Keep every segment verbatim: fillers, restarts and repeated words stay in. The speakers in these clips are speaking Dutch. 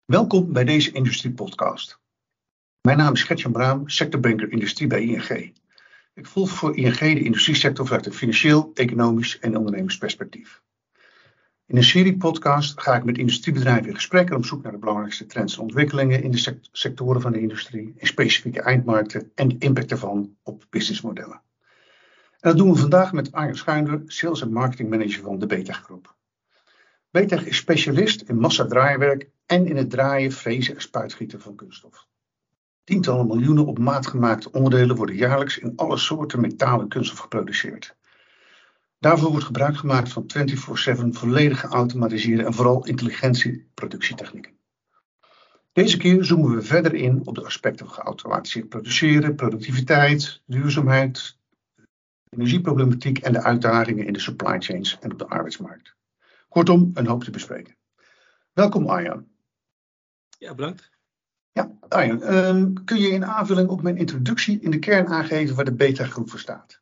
Welkom bij deze Industrie-podcast. Mijn naam is Gert-Jan Braam, sectorbanker industrie bij I N G. Ik volg voor I N G de industriesector vanuit een financieel, economisch en ondernemersperspectief. In een serie podcast ga ik met industriebedrijven in gesprek en op zoek naar de belangrijkste trends en ontwikkelingen in de sectoren van de industrie, in specifieke eindmarkten en de impact daarvan op businessmodellen. En dat doen we vandaag met Arjan Schuinder, Sales en Marketing Manager van de Betech Groep. Betech is specialist in massadraaiwerk en in het draaien, frezen en spuitgieten van kunststof. Tientallen miljoenen op maat gemaakte onderdelen worden jaarlijks in alle soorten metalen en kunststof geproduceerd. Daarvoor wordt gebruik gemaakt van vierentwintig zeven volledig geautomatiseerde en vooral intelligentie productietechnieken. Deze keer zoomen we verder in op de aspecten van geautomatiseerd produceren, productiviteit, duurzaamheid, energieproblematiek en de uitdagingen in de supply chains en op de arbeidsmarkt. Kortom, een hoop te bespreken. Welkom Arjan. Ja, bedankt. Ja, Arjan, um, kun je in aanvulling op mijn introductie in de kern aangeven waar de Betech Groep voor staat?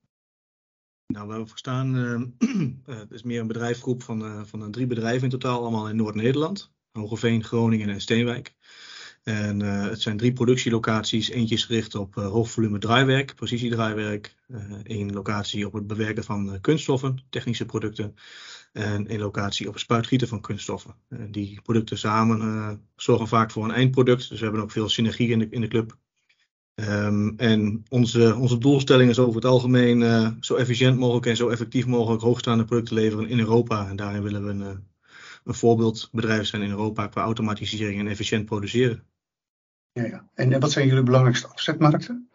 Nou, waar we voor staan, uh, het is meer een bedrijfsgroep van, uh, van drie bedrijven in totaal, allemaal in Noord-Nederland. Hogeveen, Groningen en Steenwijk. En uh, het zijn drie productielocaties. Eentje is gericht op uh, hoogvolume draaiwerk, precisiedraaiwerk. Uh, één locatie op het bewerken van uh, kunststoffen, technische producten. En één locatie op het spuitgieten van kunststoffen. Uh, die producten samen uh, zorgen vaak voor een eindproduct. Dus we hebben ook veel synergie in de, in de club. Um, en onze, onze doelstelling is over het algemeen uh, zo efficiënt mogelijk en zo effectief mogelijk hoogstaande producten leveren in Europa. En daarin willen we een, uh, een voorbeeldbedrijf zijn in Europa qua automatisering en efficiënt produceren. Ja, ja. En, en wat zijn jullie belangrijkste afzetmarkten?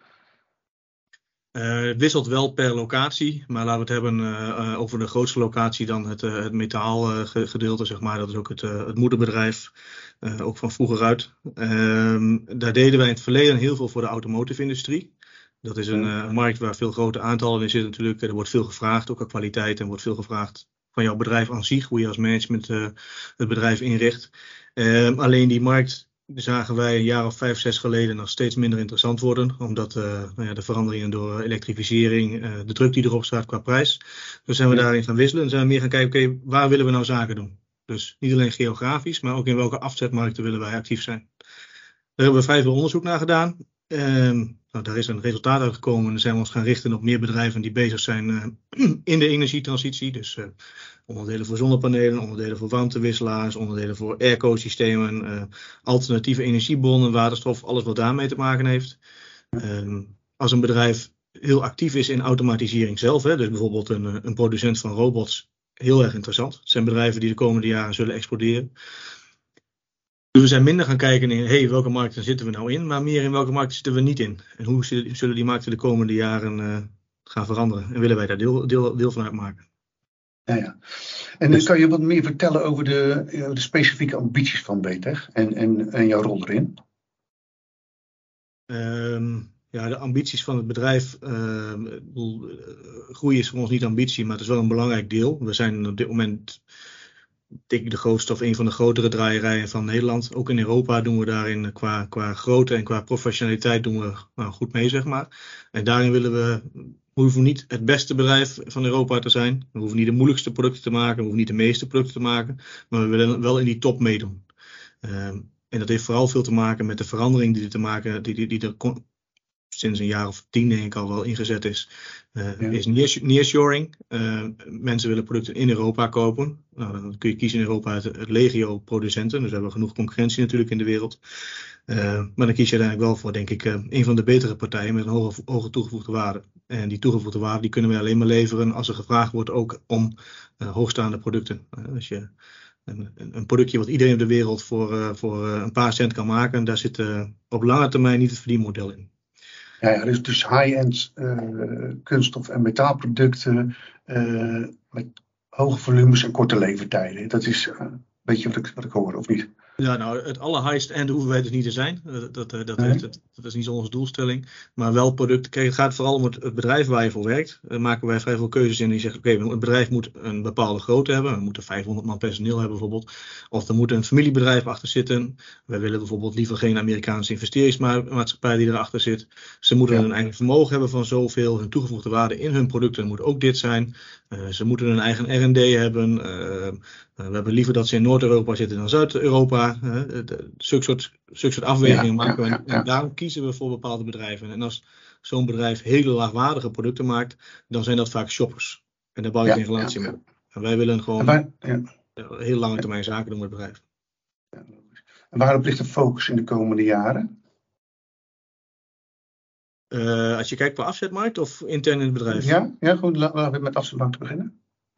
Uh, het wisselt wel per locatie, maar laten we het hebben uh, over de grootste locatie dan het, uh, het metaalgedeelte, uh, zeg maar. Dat is ook het, uh, het moederbedrijf, uh, ook van vroeger uit. Uh, daar deden wij in het verleden heel veel voor de automotive industrie. Dat is een uh, markt waar veel grote aantallen in zitten natuurlijk. Er wordt veel gevraagd, ook qua kwaliteit, en wordt veel gevraagd van jouw bedrijf aan zich, hoe je als management uh, het bedrijf inricht. Uh, alleen die markt zagen wij een jaar of vijf, zes geleden nog steeds minder interessant worden. Omdat uh, nou ja, de veranderingen door elektrificering, uh, de druk die erop staat qua prijs. Dus zijn we daarin gaan wisselen en zijn we meer gaan kijken, oké, okay, waar willen we nou zaken doen? Dus niet alleen geografisch, maar ook in welke afzetmarkten willen wij actief zijn. Daar hebben we vrij veel onderzoek naar gedaan. Um, nou, daar is een resultaat uitgekomen en dan zijn we ons gaan richten op meer bedrijven die bezig zijn uh, in de energietransitie. Dus uh, onderdelen voor zonnepanelen, onderdelen voor warmtewisselaars, onderdelen voor airco-systemen, uh, alternatieve energiebronnen, waterstof, alles wat daarmee te maken heeft. Um, als een bedrijf heel actief is in automatisering zelf, hè, dus bijvoorbeeld een, een producent van robots, heel erg interessant. Het zijn bedrijven die de komende jaren zullen exploderen. Dus we zijn minder gaan kijken in hey, welke markten zitten we nou in, maar meer in welke markten zitten we niet in. En hoe zullen die markten de komende jaren uh, gaan veranderen? En willen wij daar deel, deel, deel van uitmaken? Ja, ja. En dus, kan je wat meer vertellen over de, de specifieke ambities van Betech en, en, en jouw rol erin? Um, ja, de ambities van het bedrijf. Uh, groei is voor ons niet ambitie, maar het is wel een belangrijk deel. We zijn op dit moment denk ik de grootste of een van de grotere draairijen van Nederland. Ook in Europa doen we daarin qua, qua grootte en qua professionaliteit doen we nou, goed mee, zeg maar. En daarin willen we, we hoeven niet het beste bedrijf van Europa te zijn. We hoeven niet de moeilijkste producten te maken, we hoeven niet de meeste producten te maken. Maar we willen wel in die top meedoen. Um, en dat heeft vooral veel te maken met de verandering die er, te maken, die, die, die er kon, sinds een jaar of tien denk ik al wel ingezet is, uh, ja. is nearshoring. Uh, mensen willen producten in Europa kopen. Nou, dan kun je kiezen in Europa uit het legio producenten. Dus we hebben genoeg concurrentie natuurlijk in de wereld. Uh, maar dan kies je uiteindelijk wel voor, denk ik, uh, een van de betere partijen met een hoge, hoge toegevoegde waarde. En die toegevoegde waarde die kunnen we alleen maar leveren als er gevraagd wordt ook om uh, hoogstaande producten. Uh, als je een, een productje wat iedereen op de wereld voor, uh, voor uh, een paar cent kan maken, daar zit uh, op lange termijn niet het verdienmodel in. Ja, ja, dus, dus high-end uh, kunststof- en metaalproducten uh, met hoge volumes en korte levertijden. Dat is uh, een beetje wat ik, wat ik hoor, of niet? Ja, nou, het allerhighest end hoeven wij dus niet te zijn. Dat, dat, dat, nee. heeft, dat, dat is niet onze doelstelling. Maar wel producten. Kijk, het gaat vooral om het, het bedrijf waar je voor werkt. Daar maken wij vrij veel keuzes in. Die zeggen, oké, okay, het bedrijf moet een bepaalde grootte hebben. We moeten vijfhonderd man personeel hebben bijvoorbeeld. Of er moet een familiebedrijf achter zitten. Wij willen bijvoorbeeld liever geen Amerikaanse investeringsmaatschappij die erachter zit. Ze moeten ja. een eigen vermogen hebben van zoveel. Hun toegevoegde waarde in hun producten moet ook dit zijn. Uh, ze moeten een eigen R en D hebben. Uh, Uh, we hebben liever dat ze in Noord-Europa zitten dan Zuid-Europa. Uh, Zulke soort, zulke soort afwegingen ja, maken we. Ja, ja. En daarom kiezen we voor bepaalde bedrijven. En als zo'n bedrijf hele laagwaardige producten maakt, dan zijn dat vaak shoppers. En daar bouw je ja, geen relatie ja, ja. mee. En wij willen gewoon wij, ja. heel lange termijn zaken doen met bedrijven. Ja, en waarop ligt de focus in de komende jaren? Uh, als je kijkt per afzetmarkt of intern in het bedrijf? Ja, ja goed, laten we met afzetmarkt beginnen.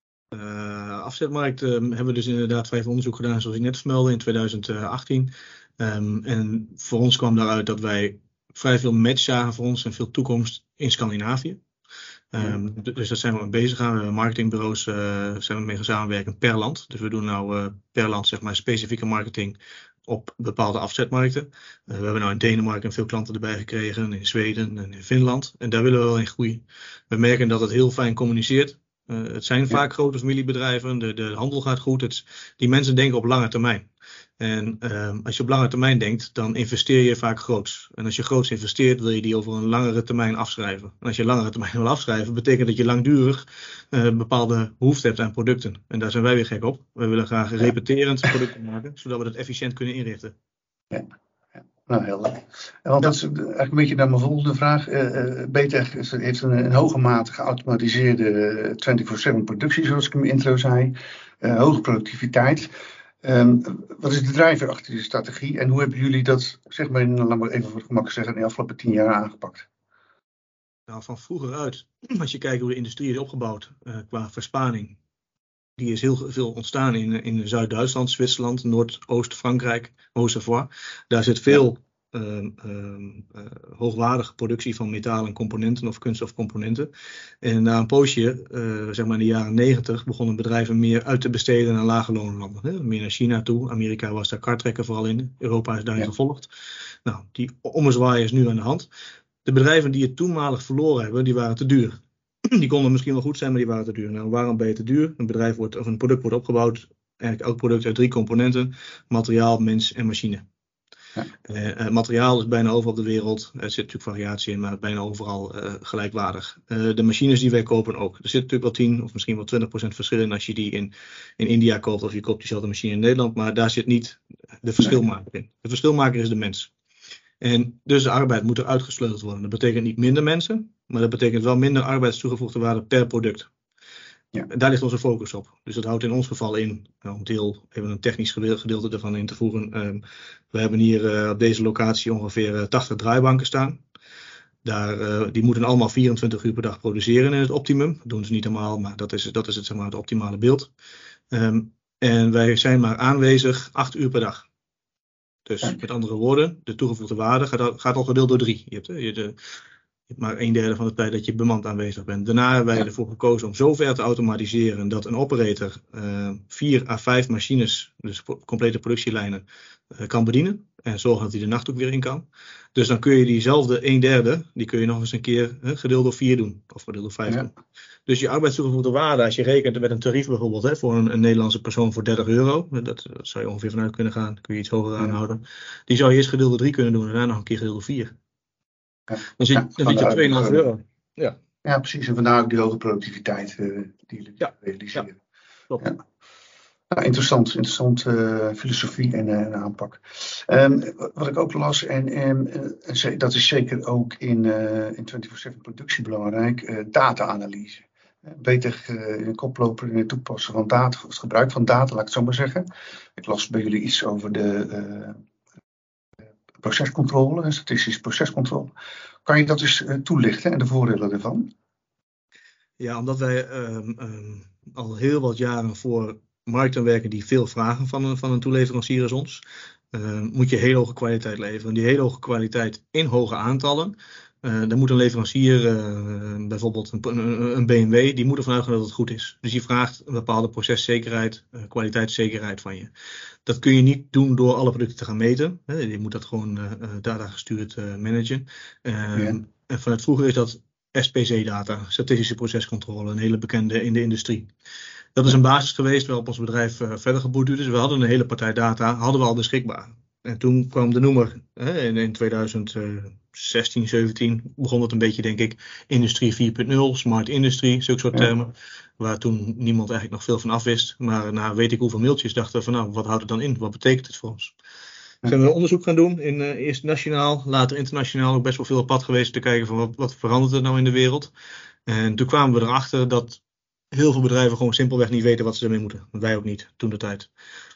Uh, afzetmarkt uh, hebben we dus inderdaad vijf onderzoek gedaan, zoals ik net vermeldde, in twintig achttien. Um, en voor ons kwam daaruit dat wij vrij veel match zagen voor ons en veel toekomst in Scandinavië. Um, ja. Dus daar zijn we mee bezig gaan. We hebben marketingbureaus uh, zijn we mee gaan samenwerken per land. Dus we doen nou uh, per land zeg maar specifieke marketing op bepaalde afzetmarkten. Uh, we hebben nou in Denemarken veel klanten erbij gekregen, in Zweden en in Finland. En daar willen we wel in groeien. We merken dat het heel fijn communiceert. Uh, het zijn vaak ja. grote familiebedrijven, de, de handel gaat goed. Het, die mensen denken op lange termijn. En uh, als je op lange termijn denkt, dan investeer je vaak groots. En als je groots investeert, wil je die over een langere termijn afschrijven. En als je langere termijn wil afschrijven, betekent dat je langdurig uh, bepaalde behoefte hebt aan producten. En daar zijn wij weer gek op. We willen graag ja. repeterend producten maken, zodat we dat efficiënt kunnen inrichten. Ja. Nou, heel leuk. Want dat is eigenlijk een beetje naar mijn volgende vraag. Uh, B T G heeft een, een hoge mate geautomatiseerde vierentwintig zeven productie, zoals ik in mijn intro zei. Uh, hoge productiviteit. Um, wat is de drijver achter die strategie en hoe hebben jullie dat, zeg maar, laat maar even voor het gemak zeggen, in de afgelopen tien jaar aangepakt? Nou, van vroeger uit, als je kijkt hoe de industrie is opgebouwd uh, qua verspaning. Die is heel veel ontstaan in, in Zuid-Duitsland, Zwitserland, Noordoost-Frankrijk, Haute-Savoie. Daar zit veel uh, uh, uh, hoogwaardige productie van metalen componenten of kunststofcomponenten. En na een poosje, uh, zeg maar in de jaren negentig, begonnen bedrijven meer uit te besteden naar lage loonlanden. Hè? Meer naar China toe. Amerika was daar kartrekker vooral in. Europa is daarin ja. gevolgd. Nou, die ommezwaai is nu aan de hand. De bedrijven die het toenmalig verloren hebben, die waren te duur. Die konden misschien wel goed zijn, maar die waren te duur. Nou, waarom ben je te duur? Een bedrijf wordt, of een product wordt opgebouwd, eigenlijk elk product uit drie componenten: materiaal, mens en machine. Ja. Uh, uh, materiaal is bijna overal op de wereld. Er zit natuurlijk variatie in, maar bijna overal uh, gelijkwaardig. Uh, de machines die wij kopen ook. Er zit natuurlijk wel tien of misschien wel twintig procent verschil in als je die in, in India koopt of je koopt diezelfde machine in Nederland. Maar daar zit niet de verschilmaker in. De verschilmaker is de mens. En dus de arbeid moet er uitgesleuteld worden. Dat betekent niet minder mensen, maar dat betekent wel minder arbeidstoegevoegde waarde per product. Ja. Daar ligt onze focus op. Dus dat houdt in ons geval in, om het heel even een technisch gedeelte ervan in te voegen. Um, we hebben hier uh, op deze locatie ongeveer uh, tachtig draaibanken staan. Daar, uh, die moeten allemaal vierentwintig uur per dag produceren in het optimum. Dat doen ze niet allemaal, maar dat is, dat is het, zeg maar, het optimale beeld. Um, en wij zijn maar aanwezig acht uur per dag. Dus ja. met andere woorden, de toegevoegde waarde gaat al, gaat al gedeeld door drie. Je hebt, je, de, je hebt maar een derde van de tijd dat je bemand aanwezig bent. Daarna hebben wij ja. ervoor gekozen om zo ver te automatiseren dat een operator uh, vier à vijf machines, dus complete productielijnen, uh, kan bedienen. En zorgen dat hij de nacht ook weer in kan. Dus dan kun je diezelfde een derde, die kun je nog eens een keer uh, gedeeld door vier doen. Of gedeeld door vijf ja. doen. Dus je arbeidstoegevoegde waarde, als je rekent met een tarief bijvoorbeeld, hè, voor een, een Nederlandse persoon voor dertig euro. Dat, dat zou je ongeveer vanuit kunnen gaan. Kun je iets hoger aanhouden. Ja. Die zou je eerst gedeeld door drie kunnen doen en daarna nog een keer gedeeld door vier. Ja. Dan zit, ja, dan zit je op twee komma vijf euro. Ja. ja, precies. En vandaar ook die hoge productiviteit uh, die jullie ja. realiseren. Ja, klopt. Ja. Nou, interessant, interessant uh, filosofie en uh, aanpak. Um, wat ik ook las, en um, uh, dat is zeker ook in, uh, in vierentwintig zeven productie belangrijk, uh, data-analyse. Uh, beter uh, in een koploper in het toepassen van data, het gebruik van data, laat ik het zo maar zeggen. Ik las bij jullie iets over de uh, procescontrole, statistische procescontrole. Kan je dat eens uh, toelichten en de voordelen ervan? Ja, omdat wij um, um, al heel wat jaren voor markten werken die veel vragen van een, van een toeleverancier als ons, uh, moet je hele hoge kwaliteit leveren. En die hele hoge kwaliteit in hoge aantallen, uh, dan moet een leverancier, uh, bijvoorbeeld een, een B M W, die moet ervan uitgaan dat het goed is. Dus die vraagt een bepaalde proceszekerheid, uh, kwaliteitszekerheid van je. Dat kun je niet doen door alle producten te gaan meten. Hè. Je moet dat gewoon uh, data gestuurd uh, managen. Uh, ja. En vanuit vroeger is dat S P C-data, statistische procescontrole, een hele bekende in de industrie. Dat is een basis geweest waarop ons bedrijf uh, verder geboet is. Dus we hadden een hele partij data, hadden we al beschikbaar. En toen kwam de noemer, hè, in, in twintig zestien, zeventien begon het een beetje, denk ik, industrie vier punt nul, smart industry, zulke soort Ja. termen. Waar toen niemand eigenlijk nog veel van af wist. Maar na weet ik hoeveel mailtjes dachten we van nou, wat houdt het dan in? Wat betekent het voor ons? Ja. Zijn we onderzoek gaan doen, in, uh, eerst nationaal, later internationaal, ook best wel veel op pad geweest te kijken van wat, wat verandert er nou in de wereld. En toen kwamen we erachter dat heel veel bedrijven gewoon simpelweg niet weten wat ze ermee moeten. Wij ook niet, toen de tijd.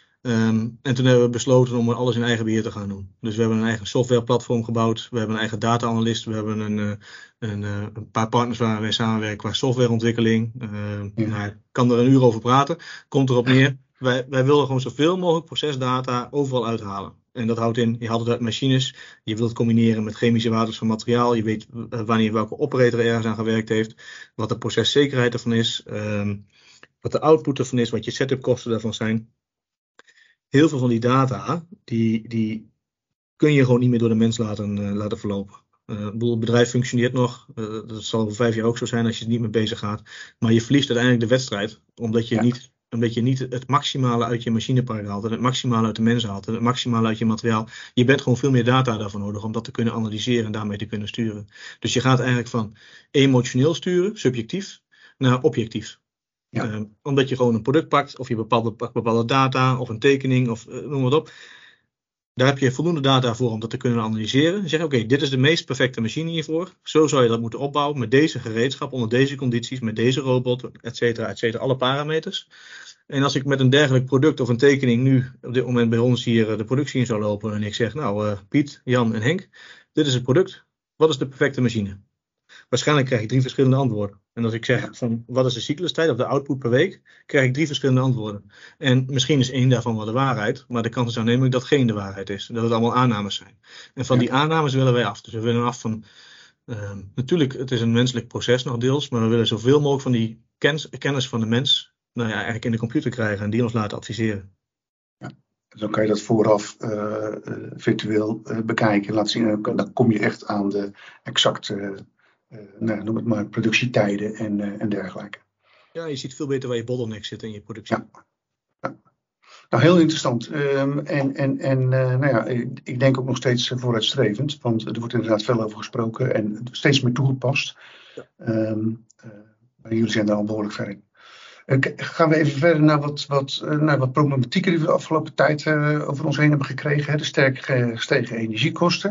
Um, en toen hebben we besloten om alles in eigen beheer te gaan doen. Dus we hebben een eigen softwareplatform gebouwd. We hebben een eigen data-analyst. We hebben een, uh, een, uh, een paar partners waar we samenwerken qua softwareontwikkeling. Uh, ja. Nou, ik kan er een uur over praten. Komt erop neer. Wij, wij willen gewoon zoveel mogelijk procesdata overal uithalen. En dat houdt in, je haalt het uit machines. Je wilt het combineren met chemische waardes van materiaal. Je weet uh, wanneer welke operator ergens aan gewerkt heeft. Wat de proceszekerheid ervan is. Um, wat de output ervan is. Wat je setupkosten daarvan zijn. Heel veel van die data, die, die kun je gewoon niet meer door de mens laten, uh, laten verlopen. Uh, het bedrijf functioneert nog. Uh, dat zal over vijf jaar ook zo zijn als je er niet mee bezig gaat. Maar je verliest uiteindelijk de wedstrijd. Omdat je, ja. niet, omdat je niet het maximale uit je machinepark haalt. En het maximale uit de mensen haalt. En het maximale uit je materiaal. Je bent gewoon veel meer data daarvoor nodig om dat te kunnen analyseren en daarmee te kunnen sturen. Dus je gaat eigenlijk van emotioneel sturen, subjectief, naar objectief. Ja. Uh, omdat je gewoon een product pakt, of je bepaalde, pakt bepaalde data, of een tekening, of uh, noem wat op. Daar heb je voldoende data voor om dat te kunnen analyseren. En zeggen, oké, okay, dit is de meest perfecte machine hiervoor. Zo zou je dat moeten opbouwen, met deze gereedschap, onder deze condities, met deze robot, et cetera, et cetera, alle parameters. En als ik met een dergelijk product of een tekening nu op dit moment bij ons hier de productie in zou lopen en ik zeg, nou uh, Piet, Jan en Henk, dit is het product. Wat is de perfecte machine? Waarschijnlijk krijg ik drie verschillende antwoorden. En als ik zeg van wat is de cyclustijd of de output per week, krijg ik drie verschillende antwoorden. En misschien is één daarvan wel de waarheid, maar de kans is aannemelijk dat geen de waarheid is. Dat het allemaal aannames zijn. En van die aannames willen wij af. Dus we willen af van, uh, natuurlijk het is een menselijk proces nog deels, maar we willen zoveel mogelijk van die kennis, kennis van de mens, nou ja, eigenlijk in de computer krijgen en die ons laten adviseren. Ja. Dan kan je dat vooraf uh, virtueel uh, bekijken en laten zien. Dan kom je echt aan de exacte... Uh, nou, noem het maar productietijden en, uh, en dergelijke. Ja, je ziet veel beter waar je bottleneck zit in je productie. Ja. Ja. Nou, heel interessant. Um, en en, en uh, nou ja, ik denk ook nog steeds vooruitstrevend, want er wordt inderdaad veel over gesproken en steeds meer toegepast. Ja. Um, uh, maar jullie zijn daar al behoorlijk ver in. Uh, gaan we even verder naar wat, wat, uh, naar wat problematieken die we de afgelopen tijd uh, over ons heen hebben gekregen. Hè? De sterk gestegen energiekosten.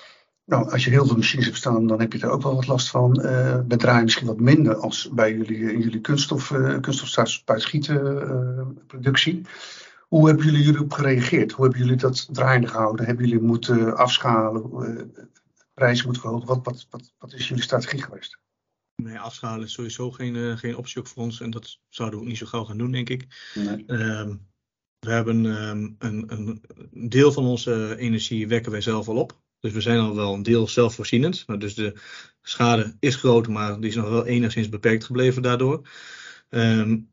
Nou, als je heel veel machines hebt staan, dan heb je er ook wel wat last van. Uh, bij draaien misschien wat minder als bij jullie, in jullie kunststof, uh, kunststofspuitgieten uh, productie. Hoe hebben jullie hierop gereageerd? Hoe hebben jullie dat draaiende gehouden? Hebben jullie moeten afschalen, uh, prijzen moeten verhogen? Wat, wat, wat, wat is jullie strategie geweest? Nee, afschalen is sowieso geen, uh, geen optie ook voor ons. En dat zouden we ook niet zo gauw gaan doen, denk ik. Nee. Uh, we hebben um, een, een deel van onze energie wekken wij zelf al op. Dus we zijn al wel een deel zelfvoorzienend. Nou, dus de schade is groot, maar die is nog wel enigszins beperkt gebleven daardoor. Um,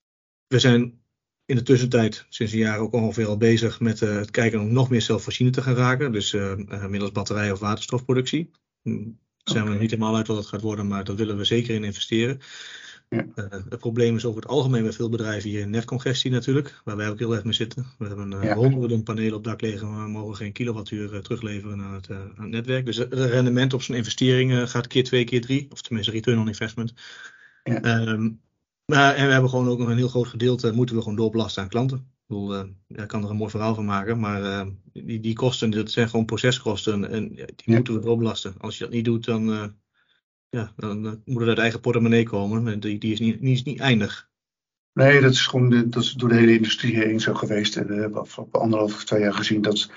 we zijn in de tussentijd sinds een jaar ook ongeveer al bezig met uh, het kijken om nog meer zelfvoorzienend te gaan raken. Dus uh, uh, middels batterij- of waterstofproductie. Daar zijn we nog niet helemaal uit wat het gaat worden, maar daar willen we zeker in investeren. Ja. Uh, het probleem is over het algemeen bij veel bedrijven hier netcongestie natuurlijk, waar wij ook heel erg mee zitten. We hebben uh, ja. honderden panelen op dak liggen, maar we mogen geen kilowattuur uh, terugleveren aan het, uh, aan het netwerk. Dus het rendement op zo'n investering uh, gaat keer twee, keer drie, of tenminste return on investment. Ja. Um, maar, en we hebben gewoon ook nog een heel groot gedeelte, moeten we gewoon doorbelasten aan klanten. Ik bedoel, uh, ik kan er een mooi verhaal van maken, maar uh, die, die kosten, dat zijn gewoon proceskosten en die ja. moeten we doorbelasten. Als je dat niet doet, dan... Uh, Ja, dan uh, moet het uit eigen portemonnee komen. Die, die is niet, niet, niet eindig. Nee, dat is gewoon de, dat is door de hele industrie heen zo geweest. En we hebben afgelopen anderhalf of twee jaar gezien dat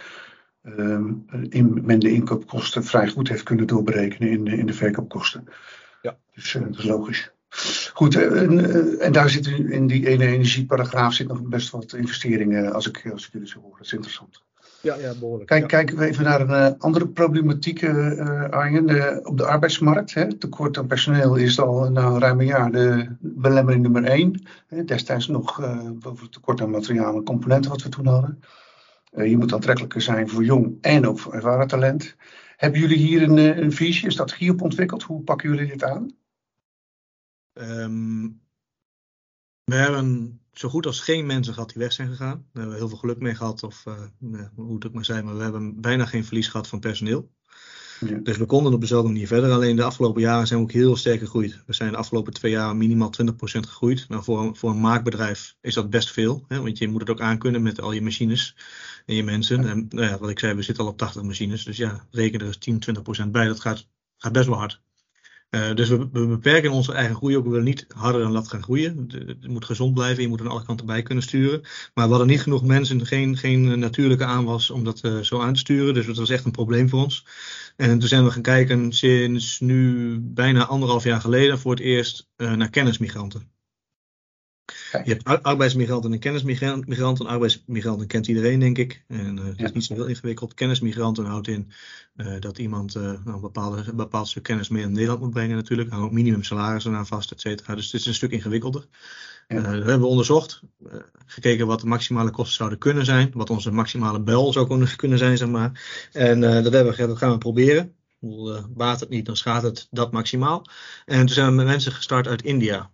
uh, in, men de inkoopkosten vrij goed heeft kunnen doorberekenen in, in de verkoopkosten. Ja. Dus uh, dat is logisch. Goed, uh, en, uh, en daar zit in die ene energieparagraaf zit nog best wat investeringen, als ik, als ik jullie zo hoor. Dat is interessant. Ja, ja, behoorlijk. Kijk, ja. Kijken we even naar een uh, andere problematiek, uh, Arjen. De, op de arbeidsmarkt. Hè, tekort aan personeel is al nou, ruim een jaar de belemmering nummer één. Hè, destijds nog uh, boven het tekort aan materialen en componenten wat we toen hadden. Uh, je moet aantrekkelijker zijn voor jong en ook voor ervaren talent. Hebben jullie hier een, een visie, een strategie op ontwikkeld? Hoe pakken jullie dit aan? Um, we hebben zo goed als geen mensen gehad die weg zijn gegaan. Daar hebben we heel veel geluk mee gehad, of uh, hoe het ook maar zijn, maar we hebben bijna geen verlies gehad van personeel. Ja. Dus we konden op dezelfde manier verder. Alleen de afgelopen jaren zijn we ook heel sterk gegroeid. We zijn de afgelopen twee jaar minimaal twintig procent gegroeid. Nou, voor, een, voor een maakbedrijf is dat best veel. Hè? Want je moet het ook aankunnen met al je machines en je mensen. Ja. En nou ja, wat ik zei, we zitten al op tachtig machines. Dus ja, reken er eens tien, twintig procent bij. Dat gaat, gaat best wel hard. Uh, dus we, we beperken onze eigen groei ook. We willen niet harder dan dat gaan groeien. Het moet gezond blijven. Je moet aan alle kanten bij kunnen sturen. Maar we hadden niet genoeg mensen, geen, geen natuurlijke aanwas om dat uh, zo aan te sturen. Dus dat was echt een probleem voor ons. En toen zijn we gaan kijken sinds nu bijna anderhalf jaar geleden voor het eerst uh, naar kennismigranten. Je hebt arbeidsmigranten en kennismigranten. Arbeidsmigranten kent iedereen, denk ik. En uh, het ja. is niet zo heel ingewikkeld. Kennismigranten houdt in uh, dat iemand uh, nou, een, bepaalde, een bepaald stuk kennis mee in Nederland moet brengen natuurlijk. Houdt minimum salarissen aan vast, et cetera. Dus het is een stuk ingewikkelder. Ja. Uh, dat hebben we onderzocht. Uh, gekeken wat de maximale kosten zouden kunnen zijn. Wat onze maximale bel zou kunnen zijn, zeg maar. En uh, dat, hebben we, dat gaan we proberen. Uh, baat het niet, dan schaadt het dat maximaal. En toen zijn we met mensen gestart uit India.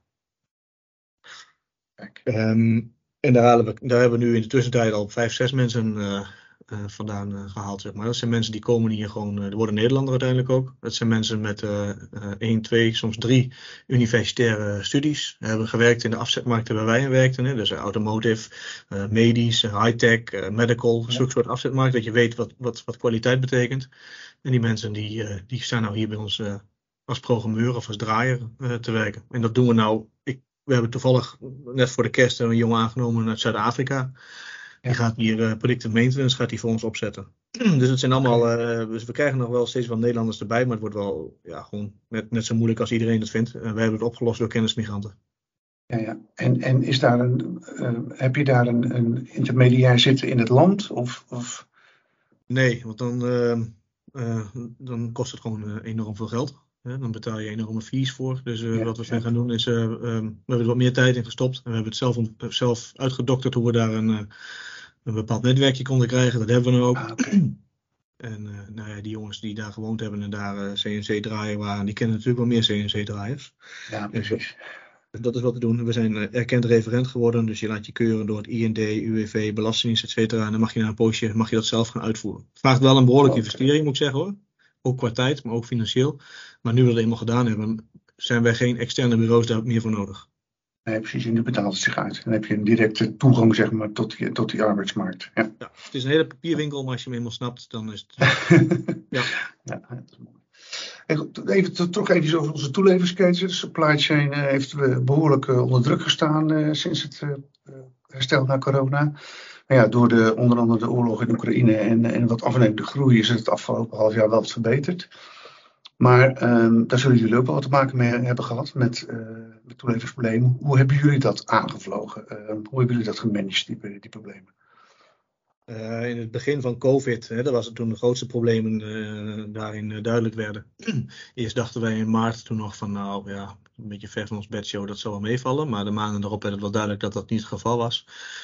Um, en daar, halen we, daar hebben we nu in de tussentijd al vijf, zes mensen uh, uh, vandaan uh, gehaald, zeg maar. Dat zijn mensen die komen hier gewoon, uh, die worden Nederlander uiteindelijk ook. Dat zijn mensen met uh, uh, één, twee, soms drie universitaire studies. Hebben gewerkt in de afzetmarkten waar wij in werkten. Hè? Dus uh, automotive, uh, medisch, uh, high-tech, uh, medical, ja. Zulke soort afzetmarkt. Dat je weet wat, wat, wat kwaliteit betekent. En die mensen die, uh, die staan nou hier bij ons uh, als programmeur of als draaier uh, te werken. En dat doen we nou... Ik, We hebben toevallig net voor de kerst een jongen aangenomen uit Zuid-Afrika. Die ja. gaat hier uh, predictive maintenance gaat die voor ons opzetten. Dus het zijn allemaal. Uh, dus we krijgen nog wel steeds wel Nederlanders erbij, maar het wordt wel ja, gewoon net, net zo moeilijk als iedereen het vindt. Uh, wij hebben het opgelost door kennismigranten. Ja, ja. En, en is daar een, uh, heb je daar een, een intermediair zitten in het land? Of, of... Nee, want dan, uh, uh, dan kost het gewoon uh, enorm veel geld. Ja, dan betaal je enorme fees voor. Dus uh, ja, wat we zijn ja. gaan doen is, uh, um, we hebben er wat meer tijd in gestopt. En we hebben het zelf, uh, zelf uitgedokterd hoe we daar een, uh, een bepaald netwerkje konden krijgen. Dat hebben we nu ook. Ah, okay. En uh, nou ja, die jongens die daar gewoond hebben en daar uh, C N C-draaier waren, die kennen natuurlijk wel meer C N C-draaiers. Ja, precies. Dus dat is wat te doen. We zijn uh, erkend referent geworden. Dus je laat je keuren door het I N D, U W V, Belastingdienst, et cetera. En dan mag je na een poosje mag je dat zelf gaan uitvoeren. Het vraagt wel een behoorlijke okay. investering, moet ik zeggen hoor. Ook qua tijd, maar ook financieel. Maar nu we dat eenmaal gedaan hebben, zijn wij geen externe bureaus daar meer voor nodig. Nee, precies. En nu betaalt het zich uit. Dan heb je een directe toegang zeg maar, tot, die, tot die arbeidsmarkt. Ja. Ja, het is een hele papierwinkel, maar als je hem eenmaal snapt, dan is het... ja. Ja, dat is mooi. En even, toch even over onze toeleveringsketen. De supply chain uh, heeft uh, behoorlijk uh, onder druk gestaan uh, sinds het uh, herstel na corona. Maar ja, door de, onder andere de oorlog in Oekraïne en, en wat afnemende groei is het het afgelopen half jaar wel wat verbeterd. Maar um, daar zullen jullie ook wel wat te maken mee hebben gehad met, uh, met toeleveringsproblemen. Hoe hebben jullie dat aangevlogen? Uh, hoe hebben jullie dat gemanaged, die, die problemen? Uh, in het begin van COVID, hè, dat was het toen de grootste problemen uh, daarin uh, duidelijk werden. Eerst dachten wij in maart toen nog van nou ja, een beetje ver van ons bedshow, dat zou wel meevallen. Maar de maanden daarop werd het wel duidelijk dat dat niet het geval was.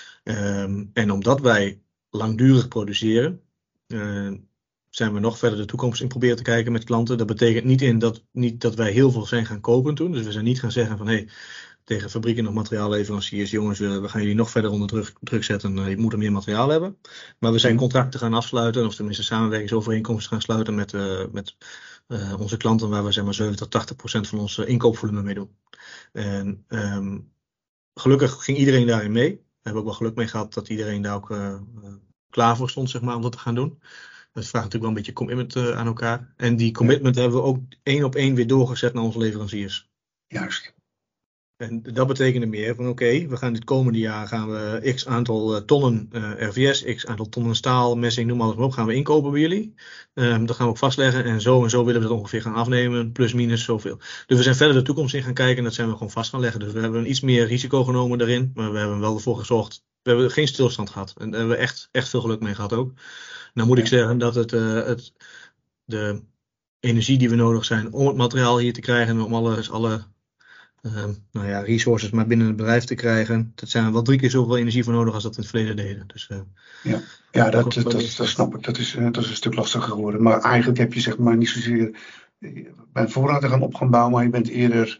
Um, en omdat wij langdurig produceren, uh, zijn we nog verder de toekomst in proberen te kijken met klanten. Dat betekent niet, in dat, niet dat wij heel veel zijn gaan kopen toen. Dus we zijn niet gaan zeggen van hé, hey, tegen fabrieken of materiaalleveranciers, jongens, we, we gaan jullie nog verder onder druk, druk zetten. Uh, je moet er meer materiaal hebben. Maar we zijn contracten gaan afsluiten, of tenminste samenwerkingsovereenkomsten gaan sluiten met, uh, met uh, onze klanten, waar we zeg maar zeventig tot tachtig procent van ons inkoopvolume mee doen. En um, gelukkig ging iedereen daarin mee. We hebben ook wel geluk mee gehad dat iedereen daar ook uh, klaar voor stond, zeg maar, om dat te gaan doen. Dat vraagt natuurlijk wel een beetje commitment uh, aan elkaar. En die commitment ja. hebben we ook één op één weer doorgezet naar onze leveranciers. Juist. En dat betekende meer van oké, okay, we gaan dit komende jaar gaan we x aantal uh, tonnen uh, R V S, x aantal tonnen staal, messing, noem alles maar op, gaan we inkopen bij jullie. Um, dat gaan we ook vastleggen en zo en zo willen we dat ongeveer gaan afnemen, plus minus zoveel. Dus we zijn verder de toekomst in gaan kijken en dat zijn we gewoon vast gaan leggen. Dus we hebben iets meer risico genomen daarin, maar we hebben wel ervoor gezorgd. We hebben geen stilstand gehad en daar hebben we echt, echt veel geluk mee gehad ook. Nou moet ik zeggen dat het, uh, het de energie die we nodig zijn om het materiaal hier te krijgen en om alles, alle uh, nou ja, resources maar binnen het bedrijf te krijgen. Dat zijn er wel drie keer zoveel energie voor nodig als dat we in het verleden deden. Dus, uh, ja, ja dat, dat, dat, dat snap ik. Dat is, uh, dat is een stuk lastiger geworden. Maar eigenlijk heb je zeg maar niet zozeer bij voorraad gaan op gaan bouwen, maar je bent eerder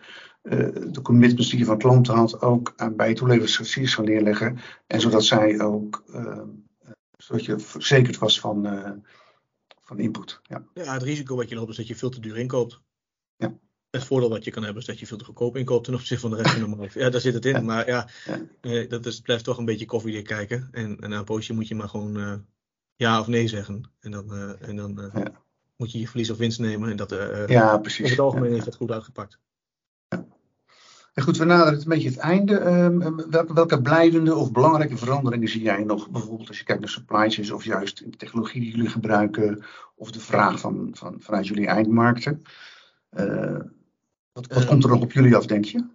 uh, de commitments die je van klanten had ook aan bij toeleveranciers gaan neerleggen. En zodat zij ook, uh, zodat je verzekerd was van, uh, van input. Ja. ja, het risico wat je loopt is dat je veel te duur inkoopt. Ja. Het voordeel wat je kan hebben is dat je veel te goedkoop inkoopt ten opzichte van de rest van de markt. Ja, daar zit het in. Ja. Maar ja, ja. Eh, dat is, het blijft toch een beetje koffiedik kijken. En, en na een poosje moet je maar gewoon uh, ja of nee zeggen. En dan, uh, en dan uh, ja. moet je je verlies of winst nemen. En dat, uh, ja, precies. Over het algemeen ja, heeft dat goed uitgepakt. Ja. En goed, we naderen het een beetje het einde. Um, welke, welke blijvende of belangrijke veranderingen zie jij nog? Bijvoorbeeld als je kijkt naar supply chains of juist de technologie die jullie gebruiken. Of de vraag van, van, vanuit jullie eindmarkten. Uh, Wat, wat uh, komt er nog op jullie af, denk je?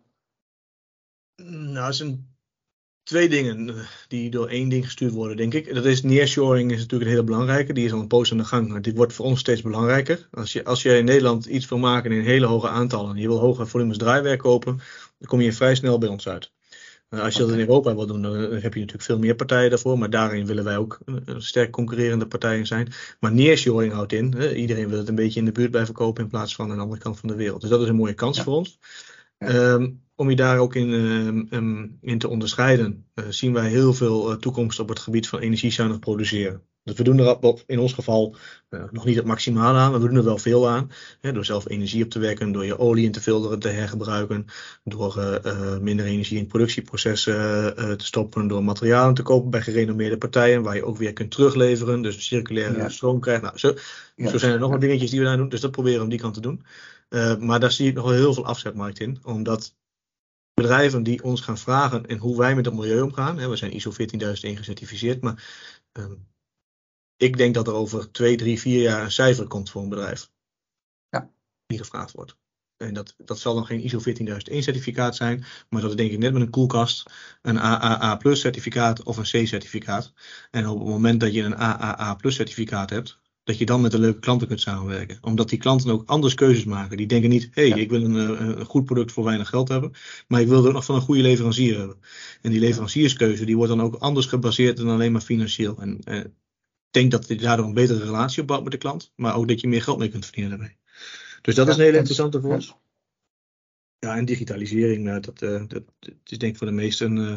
Nou, het zijn twee dingen die door één ding gestuurd worden, denk ik. Dat is nearshoring is natuurlijk een hele belangrijke. Die is al een poos aan de gang, maar die wordt voor ons steeds belangrijker. Als je, als je in Nederland iets wil maken in hele hoge aantallen en je wil hoge volumes draaiwerk kopen, dan kom je vrij snel bij ons uit. Uh, als je okay. dat in Europa wil doen, dan heb je natuurlijk veel meer partijen daarvoor. Maar daarin willen wij ook uh, sterk concurrerende partijen zijn. Maar nearshoring houdt in. Uh, iedereen wil het een beetje in de buurt blijven kopen in plaats van aan de andere kant van de wereld. Dus dat is een mooie kans ja. voor ons. Ja. Um, om je daar ook in, uh, um, in te onderscheiden, uh, zien wij heel veel uh, toekomst op het gebied van energiezuinig produceren. Dus we doen er in ons geval uh, nog niet het maximale aan, maar we doen er wel veel aan. Hè, door zelf energie op te wekken, door je olie in te filteren, te hergebruiken, door uh, uh, minder energie in het productieproces uh, uh, te stoppen, door materialen te kopen bij gerenommeerde partijen, waar je ook weer kunt terugleveren, dus circulaire ja. stroom krijgt. Nou, zo, ja. zo zijn er nog wat dingetjes die we daar doen, dus dat proberen we aan die kant te doen. Uh, maar daar zie ik nog wel heel veel afzetmarkt in, omdat bedrijven die ons gaan vragen en hoe wij met het milieu omgaan, hè, we zijn I S O veertienduizend één gecertificeerd, maar um, ik denk dat er over twee, drie, vier jaar een cijfer komt voor een bedrijf. Ja. Die gevraagd wordt. En dat, dat zal dan geen I S O veertienduizend één certificaat zijn, maar dat is denk ik net met een koelkast een A A A plus certificaat of een C certificaat. En op het moment dat je een A A A plus certificaat hebt, dat je dan met de leuke klanten kunt samenwerken. Omdat die klanten ook anders keuzes maken. Die denken niet, hé, hey, ja. ik wil een, een goed product voor weinig geld hebben, maar ik wil het ook nog van een goede leverancier hebben. En die leverancierskeuze die wordt dan ook anders gebaseerd dan alleen maar financieel. En eh, ik denk dat je daardoor een betere relatie opbouwt met de klant, maar ook dat je meer geld mee kunt verdienen daarmee. Dus dat ja, is een hele interessante voor ons. Ja. ja, en digitalisering, nou, dat, uh, dat, dat is denk ik voor de meesten uh,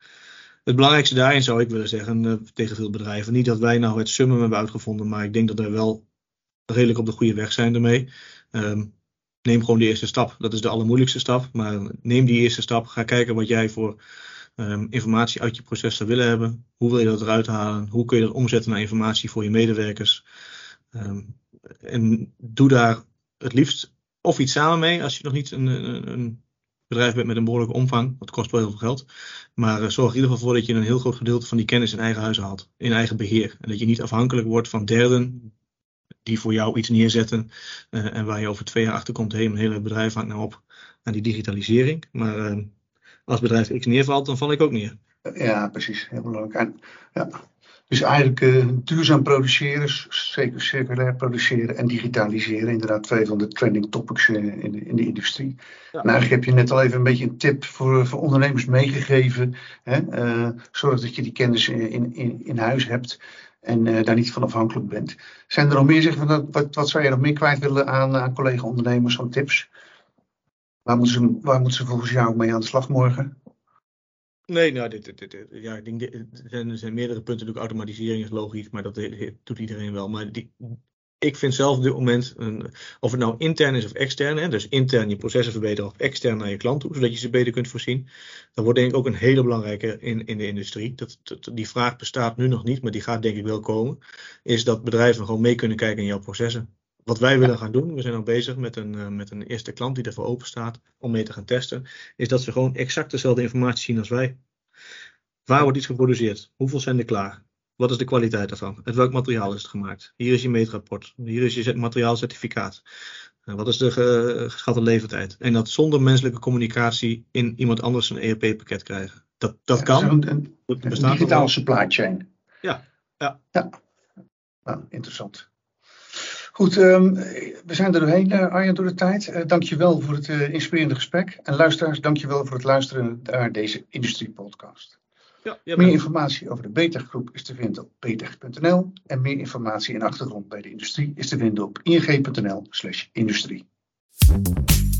het belangrijkste daarin zou ik willen zeggen uh, tegen veel bedrijven. Niet dat wij nou het summum hebben uitgevonden, maar ik denk dat we wel redelijk op de goede weg zijn ermee. Um, neem gewoon de eerste stap. Dat is de allermoeilijkste stap. Maar neem die eerste stap. Ga kijken wat jij voor um, informatie uit je proces zou willen hebben. Hoe wil je dat eruit halen? Hoe kun je dat omzetten naar informatie voor je medewerkers? Um, en doe daar het liefst of iets samen mee als je nog niet een, een, een bedrijf bent met een behoorlijke omvang. Dat kost wel heel veel geld. Maar uh, zorg in ieder geval voor dat je een heel groot gedeelte van die kennis in eigen huis haalt. In eigen beheer. En dat je niet afhankelijk wordt van derden die voor jou iets neerzetten. Uh, en waar je over twee jaar achter komt. Hé, mijn hele bedrijf hangt nou op aan die digitalisering. Maar uh, als bedrijf X neervalt, dan val ik ook neer. Ja, precies. Heel belangrijk. En, ja. Dus eigenlijk uh, duurzaam produceren, zeker circulair produceren en digitaliseren. Inderdaad twee van de trending topics uh, in, de, in de industrie. Ja. En eigenlijk heb je net al even een beetje een tip voor, voor ondernemers meegegeven. Hè? Uh, zorg dat je die kennis in, in, in huis hebt en uh, daar niet van afhankelijk bent. Zijn er nog meer, zeg maar, wat, wat zou je nog meer kwijt willen aan, aan collega-ondernemers van tips? Waar moeten, ze, waar moeten ze volgens jou mee aan de slag morgen? Nee, nou, dit, dit, dit, ja, ik denk, dit, er, zijn, er zijn meerdere punten. Natuurlijk, automatisering is logisch, maar dat doet iedereen wel. Maar die, ik vind zelf op dit moment, een, of het nou intern is of extern, hè, dus intern je processen verbeteren of extern naar je klant toe, zodat je ze beter kunt voorzien. Dat wordt denk ik ook een hele belangrijke in, in de industrie. Dat, dat, die vraag bestaat nu nog niet, maar die gaat denk ik wel komen. Is dat bedrijven gewoon mee kunnen kijken in jouw processen. Wat wij willen gaan doen, we zijn al bezig met een, uh, met een eerste klant die ervoor open staat om mee te gaan testen, is dat ze gewoon exact dezelfde informatie zien als wij. Waar wordt iets geproduceerd? Hoeveel zijn er klaar? Wat is de kwaliteit daarvan? Uit welk materiaal is het gemaakt? Hier is je meetrapport. Hier is je materiaalcertificaat. Uh, wat is de ge- geschatte levertijd? En dat zonder menselijke communicatie in iemand anders een E R P-pakket krijgen. Dat, dat ja, kan. Een, een, dat een digitale supply chain. Ja. Ja. ja. Nou, interessant. Goed, um, we zijn er doorheen, uh, Arjan, door de tijd. Uh, dankjewel voor het uh, inspirerende gesprek. En luisteraars, dankjewel voor het luisteren naar deze Industriepodcast. Ja, ja, meer informatie over de B T E C groep is te vinden op b t e c punt n l. En meer informatie en achtergrond bij de industrie is te vinden op i n g punt n l slash industrie.